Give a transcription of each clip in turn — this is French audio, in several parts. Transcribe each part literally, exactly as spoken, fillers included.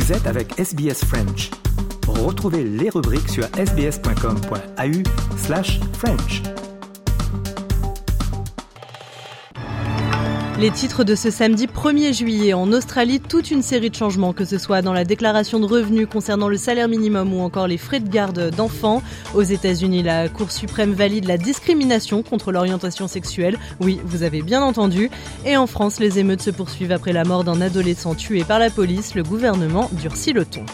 Vous êtes avec S B S French. Retrouvez les rubriques sur sbs.com.au slash French. Les titres de ce samedi premier juillet. En Australie, toute une série de changements, que ce soit dans la déclaration de revenus concernant le salaire minimum ou encore les frais de garde d'enfants. Aux États-Unis, la Cour suprême valide la discrimination contre l'orientation sexuelle. Oui, vous avez bien entendu. Et en France, les émeutes se poursuivent après la mort d'un adolescent tué par la police. Le gouvernement durcit le ton.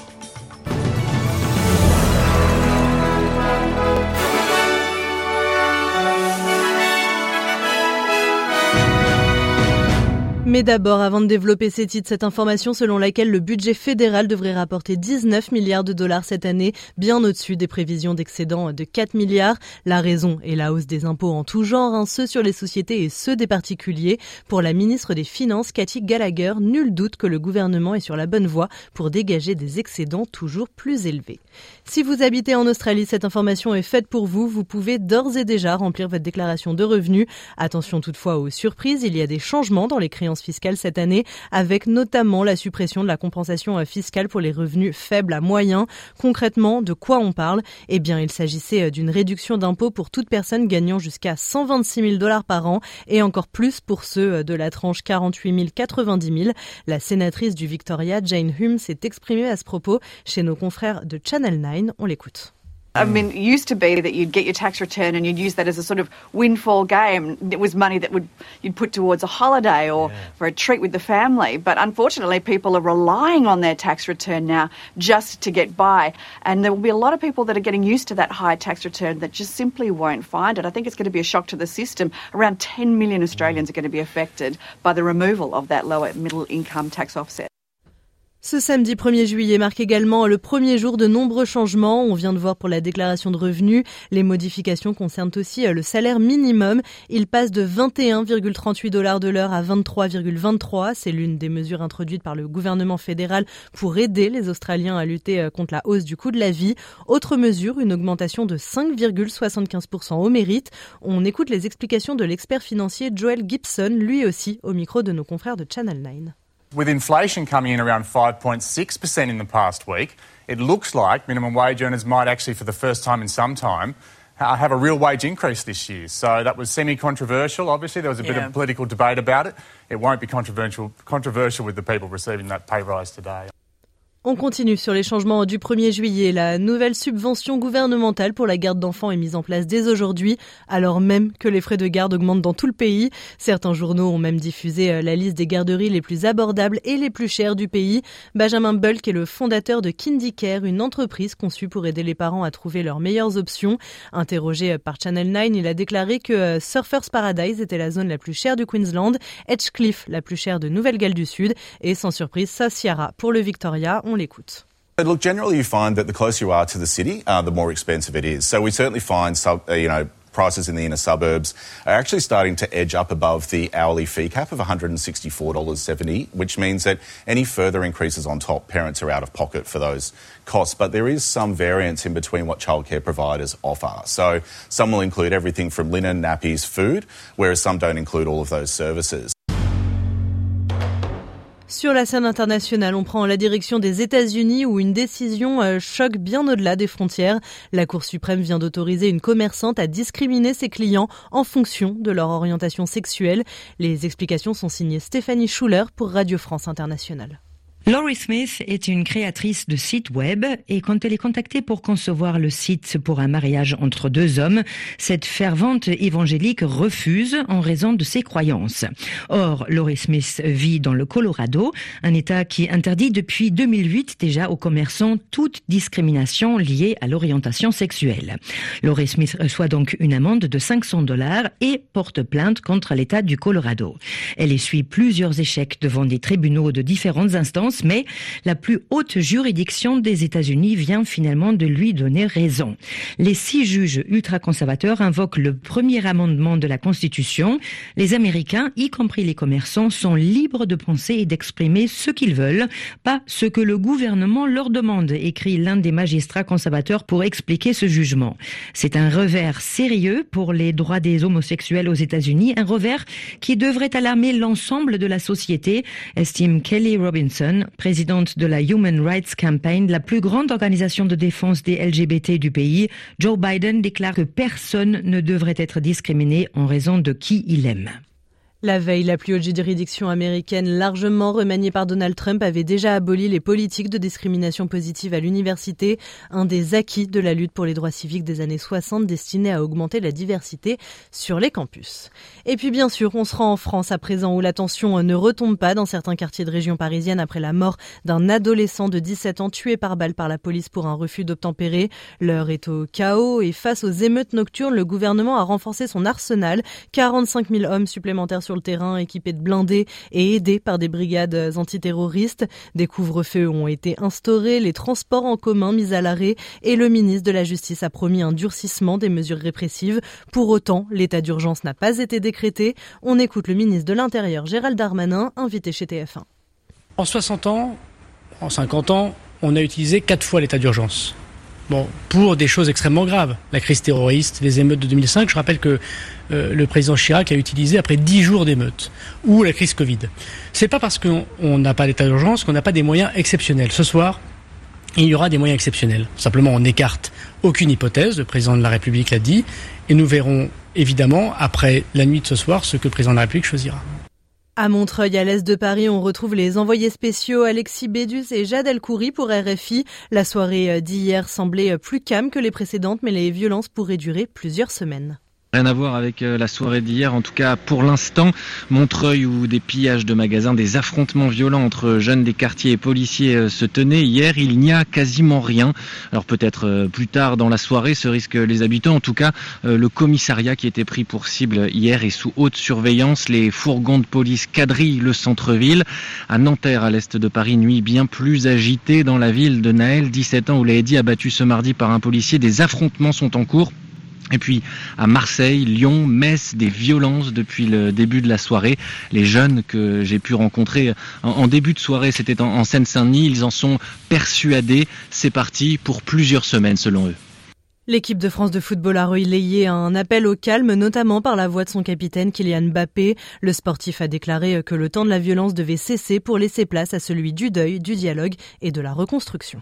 Mais d'abord, avant de développer ces titres, cette information selon laquelle le budget fédéral devrait rapporter dix-neuf milliards de dollars cette année, bien au-dessus des prévisions d'excédent de quatre milliards. La raison est la hausse des impôts en tout genre, hein, ceux sur les sociétés et ceux des particuliers. Pour la ministre des Finances, Cathy Gallagher, nul doute que le gouvernement est sur la bonne voie pour dégager des excédents toujours plus élevés. Si vous habitez en Australie, cette information est faite pour vous. Vous pouvez d'ores et déjà remplir votre déclaration de revenus. Attention toutefois aux surprises, il y a des changements dans les créances fiscale cette année, avec notamment la suppression de la compensation fiscale pour les revenus faibles à moyens. Concrètement, de quoi on parle ? Eh bien, il s'agissait d'une réduction d'impôt pour toute personne gagnant jusqu'à cent vingt-six mille dollars par an et encore plus pour ceux de la tranche quarante-huit mille à quatre-vingt-dix mille. La sénatrice du Victoria, Jane Hume, s'est exprimée à ce propos chez nos confrères de Channel nine. On l'écoute. I mean, it used to be that you'd get your tax return and you'd use that as a sort of windfall game. It was money that would you'd put towards a holiday or yeah. for a treat with the family. But unfortunately, people are relying on their tax return now just to get by. And there will be a lot of people that are getting used to that high tax return that just simply won't find it. I think it's going to be a shock to the system. Around ten million Australians are going to be affected by the removal of that lower middle income tax offset. Ce samedi premier juillet marque également le premier jour de nombreux changements. On vient de voir pour la déclaration de revenus. Les modifications concernent aussi le salaire minimum. Il passe de vingt et un virgule trente-huit dollars de l'heure à vingt-trois virgule vingt-trois. C'est l'une des mesures introduites par le gouvernement fédéral pour aider les Australiens à lutter contre la hausse du coût de la vie. Autre mesure, une augmentation de cinq virgule soixante-quinze pour cent au mérite. On écoute les explications de l'expert financier Joel Gibson, lui aussi au micro de nos confrères de Channel nine. With inflation coming in around five point six percent in the past week, it looks like minimum wage earners might actually, for the first time in some time, have a real wage increase this year. So that was semi-controversial. Obviously, there was a bit yeah. of political debate about it. It won't be controversial, controversial with the people receiving that pay rise today. On continue sur les changements du premier juillet. La nouvelle subvention gouvernementale pour la garde d'enfants est mise en place dès aujourd'hui, alors même que les frais de garde augmentent dans tout le pays. Certains journaux ont même diffusé la liste des garderies les plus abordables et les plus chères du pays. Benjamin Bulk est le fondateur de KindyCare, une entreprise conçue pour aider les parents à trouver leurs meilleures options. Interrogé par Channel nine, il a déclaré que Surfers Paradise était la zone la plus chère du Queensland, Edgecliff la plus chère de Nouvelle-Galles du Sud et sans surprise South Sierra pour le Victoria. On l'écoute. Look, generally you find that the closer you are to the city, uh, the more expensive it is. So we certainly find, sub, uh, you know, prices in the inner suburbs are actually starting to edge up above the hourly fee cap of one hundred sixty-four dollars seventy, which means that any further increases on top, parents are out of pocket for those costs. But there is some variance in between what childcare providers offer. So some will include everything from linen, nappies, food, whereas some don't include all of those services. Sur la scène internationale, on prend la direction des États-Unis où une décision euh, choque bien au-delà des frontières. La Cour suprême vient d'autoriser une commerçante à discriminer ses clients en fonction de leur orientation sexuelle. Les explications sont signées Stéphanie Schuller pour Radio France Internationale. Laurie Smith est une créatrice de sites web et quand elle est contactée pour concevoir le site pour un mariage entre deux hommes, cette fervente évangélique refuse en raison de ses croyances. Or, Laurie Smith vit dans le Colorado, un État qui interdit depuis deux mille huit déjà aux commerçants toute discrimination liée à l'orientation sexuelle. Laurie Smith reçoit donc une amende de cinq cents dollars et porte plainte contre l'État du Colorado. Elle essuie plusieurs échecs devant des tribunaux de différentes instances, mais la plus haute juridiction des États-Unis vient finalement de lui donner raison. Les six juges ultra-conservateurs invoquent le premier amendement de la Constitution. Les Américains, y compris les commerçants, sont libres de penser et d'exprimer ce qu'ils veulent, pas ce que le gouvernement leur demande, écrit l'un des magistrats conservateurs pour expliquer ce jugement. C'est un revers sérieux pour les droits des homosexuels aux États-Unis, un revers qui devrait alarmer l'ensemble de la société, estime Kelly Robinson, Lynn, présidente de la Human Rights Campaign, la plus grande organisation de défense des L G B T du pays, Joe Biden déclare que personne ne devrait être discriminé en raison de qui il aime. La veille, la plus haute juridiction américaine, largement remaniée par Donald Trump, avait déjà aboli les politiques de discrimination positive à l'université, un des acquis de la lutte pour les droits civiques des années soixante destinée à augmenter la diversité sur les campus. Et puis bien sûr, on se rend en France à présent où la tension ne retombe pas dans certains quartiers de région parisienne après la mort d'un adolescent de dix-sept ans tué par balle par la police pour un refus d'obtempérer. L'heure est au chaos et face aux émeutes nocturnes, le gouvernement a renforcé son arsenal, quarante-cinq mille hommes supplémentaires sur le terrain équipés de blindés et aidés par des brigades antiterroristes. Des couvre-feux ont été instaurés, les transports en commun mis à l'arrêt et le ministre de la Justice a promis un durcissement des mesures répressives. Pour autant, l'état d'urgence n'a pas été décrété. On écoute le ministre de l'Intérieur, Gérald Darmanin, invité chez T F un. En soixante ans, en cinquante ans, on a utilisé quatre fois l'état d'urgence. Bon, pour des choses extrêmement graves. La crise terroriste, les émeutes de deux mille cinq, je rappelle que euh, le président Chirac a utilisé après dix jours d'émeutes. Ou la crise Covid. C'est pas parce qu'on n'a pas d'état d'urgence qu'on n'a pas des moyens exceptionnels. Ce soir, il y aura des moyens exceptionnels. Simplement, on n'écarte aucune hypothèse, le président de la République l'a dit, et nous verrons évidemment, après la nuit de ce soir, ce que le président de la République choisira. À Montreuil, à l'est de Paris, on retrouve les envoyés spéciaux Alexis Bédus et Jad El-Khoury pour R F I. La soirée d'hier semblait plus calme que les précédentes, mais les violences pourraient durer plusieurs semaines. Rien à voir avec la soirée d'hier, en tout cas pour l'instant. Montreuil où des pillages de magasins, des affrontements violents entre jeunes des quartiers et policiers se tenaient. Hier, il n'y a quasiment rien. Alors peut-être plus tard dans la soirée, ce risque les habitants. En tout cas, le commissariat qui était pris pour cible hier est sous haute surveillance. Les fourgons de police quadrillent le centre-ville. À Nanterre, à l'est de Paris, nuit bien plus agitée dans la ville de Naël, dix-sept ans, vous l'avez dit, abattu ce mardi par un policier. Des affrontements sont en cours. Et puis à Marseille, Lyon, Metz, des violences depuis le début de la soirée. Les jeunes que j'ai pu rencontrer en, en début de soirée, c'était en, en Seine-Saint-Denis, ils en sont persuadés. C'est parti pour plusieurs semaines selon eux. L'équipe de France de football a relayé un appel au calme, notamment par la voix de son capitaine Kylian Mbappé. Le sportif a déclaré que le temps de la violence devait cesser pour laisser place à celui du deuil, du dialogue et de la reconstruction.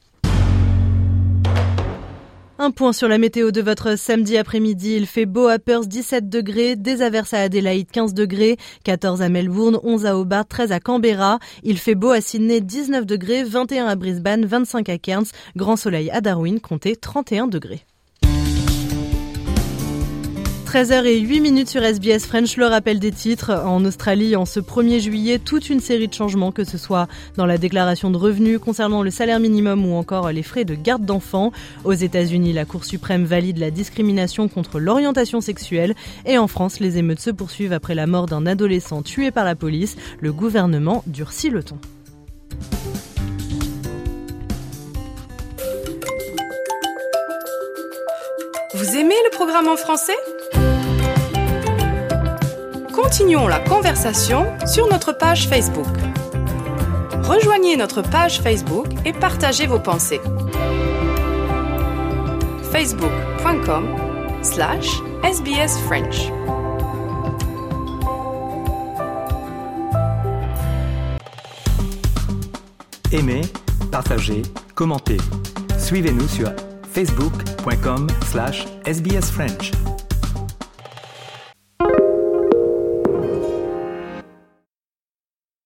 Un point sur la météo de votre samedi après-midi. Il fait beau à Perth, dix-sept degrés, des averses à Adélaïde, quinze degrés, quatorze à Melbourne, onze à Hobart, treize à Canberra. Il fait beau à Sydney, dix-neuf degrés, vingt et un à Brisbane, vingt-cinq à Cairns, grand soleil à Darwin, comptez trente et un degrés. treize heures zéro huit minutes sur S B S French, le rappel des titres. En Australie, en ce premier juillet, toute une série de changements, que ce soit dans la déclaration de revenus, concernant le salaire minimum ou encore les frais de garde d'enfants. Aux États-Unis, la Cour suprême valide la discrimination contre l'orientation sexuelle. Et en France, les émeutes se poursuivent après la mort d'un adolescent tué par la police. Le gouvernement durcit le ton. Vous aimez le programme en français ? Continuons la conversation sur notre page Facebook. Rejoignez notre page Facebook et partagez vos pensées. facebook.com slash sbsfrench. Aimez, partagez, commentez. Suivez-nous sur facebook.com slash sbsfrench.